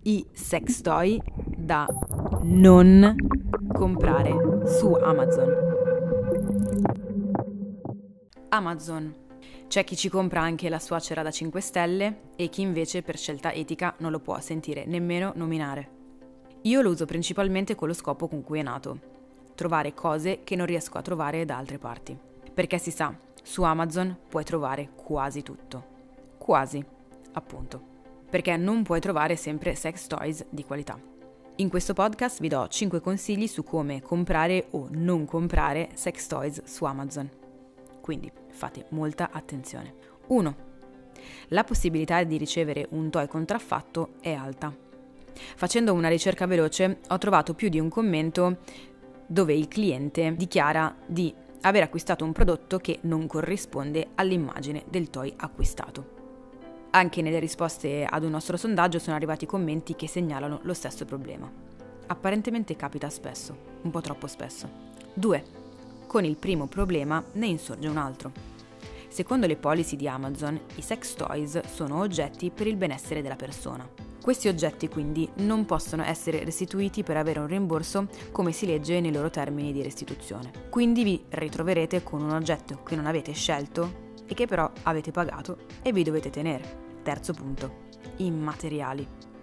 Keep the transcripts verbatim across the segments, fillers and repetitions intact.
i sex toy da non comprare su Amazon. Amazon. C'è chi ci compra anche la suocera da cinque stelle e chi invece per scelta etica non lo può sentire nemmeno nominare. Io lo uso principalmente con lo scopo con cui è nato: trovare cose che non riesco a trovare da altre parti. Perché si sa, su Amazon puoi trovare quasi tutto. Quasi, appunto. Perché non puoi trovare sempre sex toys di qualità. In questo podcast vi do cinque consigli su come comprare o non comprare sex toys su Amazon. Quindi fate molta attenzione. uno. La possibilità di ricevere un toy contraffatto è alta. Facendo una ricerca veloce ho trovato più di un commento dove il cliente dichiara di aver acquistato un prodotto che non corrisponde all'immagine del toy acquistato. Anche nelle risposte ad un nostro sondaggio sono arrivati commenti che segnalano lo stesso problema. Apparentemente capita spesso, un po' troppo spesso. due. Con il primo problema ne insorge un altro. Secondo le policy di Amazon, i sex toys sono oggetti per il benessere della persona. Questi oggetti quindi non possono essere restituiti per avere un rimborso come si legge nei loro termini di restituzione. Quindi vi ritroverete con un oggetto che non avete scelto e che però avete pagato e vi dovete tenere. Terzo punto, immateriali.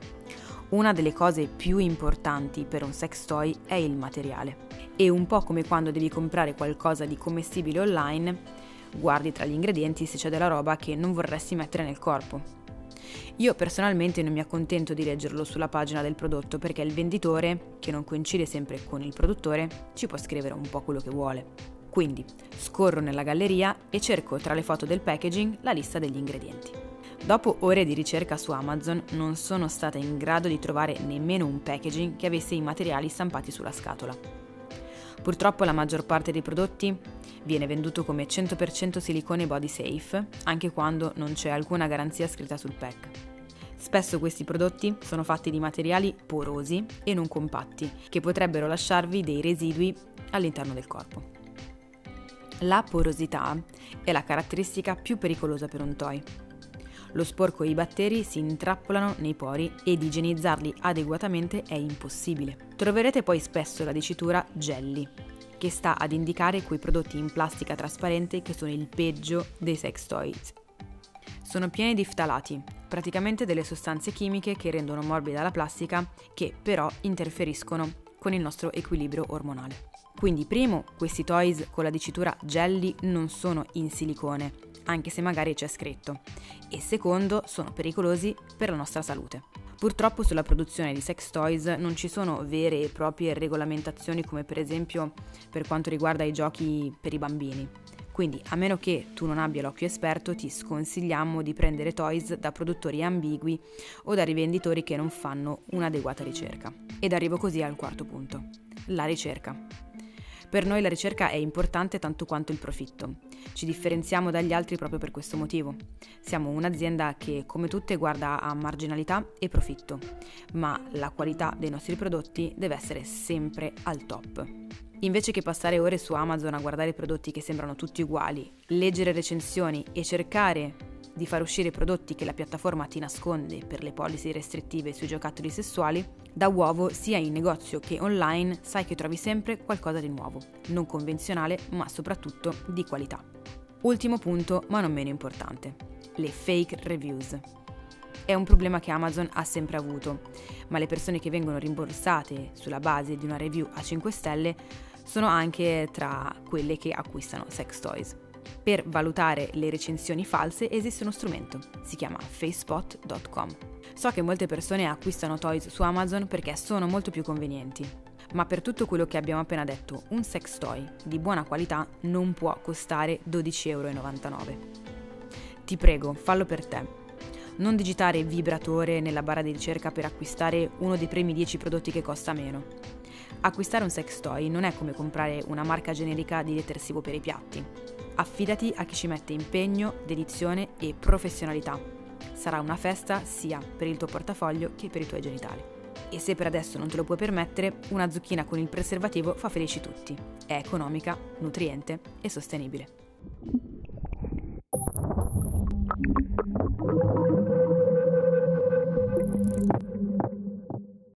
Una delle cose più importanti per un sex toy è il materiale. E un po' come quando devi comprare qualcosa di commestibile online, guardi tra gli ingredienti se c'è della roba che non vorresti mettere nel corpo. Io personalmente non mi accontento di leggerlo sulla pagina del prodotto perché il venditore, che non coincide sempre con il produttore, ci può scrivere un po' quello che vuole. Quindi scorro nella galleria e cerco tra le foto del packaging la lista degli ingredienti. Dopo ore di ricerca su Amazon non sono stata in grado di trovare nemmeno un packaging che avesse i materiali stampati sulla scatola. Purtroppo la maggior parte dei prodotti viene venduto come cento per cento silicone body safe, anche quando non c'è alcuna garanzia scritta sul pack. Spesso questi prodotti sono fatti di materiali porosi e non compatti, che potrebbero lasciarvi dei residui all'interno del corpo. La porosità è la caratteristica più pericolosa per un toy. Lo sporco e i batteri si intrappolano nei pori ed igienizzarli adeguatamente è impossibile. Troverete poi spesso la dicitura jelly, che sta ad indicare quei prodotti in plastica trasparente che sono il peggio dei sex toys. Sono pieni di ftalati, praticamente delle sostanze chimiche che rendono morbida la plastica, che però interferiscono con il nostro equilibrio ormonale. Quindi primo, questi toys con la dicitura jelly non sono in silicone, anche se magari c'è scritto, e secondo, sono pericolosi per la nostra salute. Purtroppo sulla produzione di sex toys non ci sono vere e proprie regolamentazioni come per esempio per quanto riguarda i giochi per i bambini. Quindi, a meno che tu non abbia l'occhio esperto, ti sconsigliamo di prendere toys da produttori ambigui o da rivenditori che non fanno un'adeguata ricerca. Ed arrivo così al quarto punto, la ricerca. Per noi la ricerca è importante tanto quanto il profitto. Ci differenziamo dagli altri proprio per questo motivo. Siamo un'azienda che, come tutte, guarda a marginalità e profitto, ma la qualità dei nostri prodotti deve essere sempre al top. Invece che passare ore su Amazon a guardare prodotti che sembrano tutti uguali, leggere recensioni e cercare di far uscire prodotti che la piattaforma ti nasconde per le policy restrittive sui giocattoli sessuali, da uovo sia in negozio che online sai che trovi sempre qualcosa di nuovo, non convenzionale ma soprattutto di qualità. Ultimo punto, ma non meno importante, le fake reviews. È un problema che Amazon ha sempre avuto, ma le persone che vengono rimborsate sulla base di una review a cinque stelle sono anche tra quelle che acquistano sex toys. Per valutare le recensioni false esiste uno strumento, si chiama facespot punto com. So che molte persone acquistano toys su Amazon perché sono molto più convenienti, ma per tutto quello che abbiamo appena detto, un sex toy di buona qualità non può costare dodici virgola novantanove euro. Ti prego, fallo per te. Non digitare vibratore nella barra di ricerca per acquistare uno dei primi dieci prodotti che costa meno. Acquistare un sex toy non è come comprare una marca generica di detersivo per i piatti. Affidati a chi ci mette impegno, dedizione e professionalità. Sarà una festa sia per il tuo portafoglio che per i tuoi genitali. E se per adesso non te lo puoi permettere, una zucchina con il preservativo fa felici tutti. È economica, nutriente e sostenibile.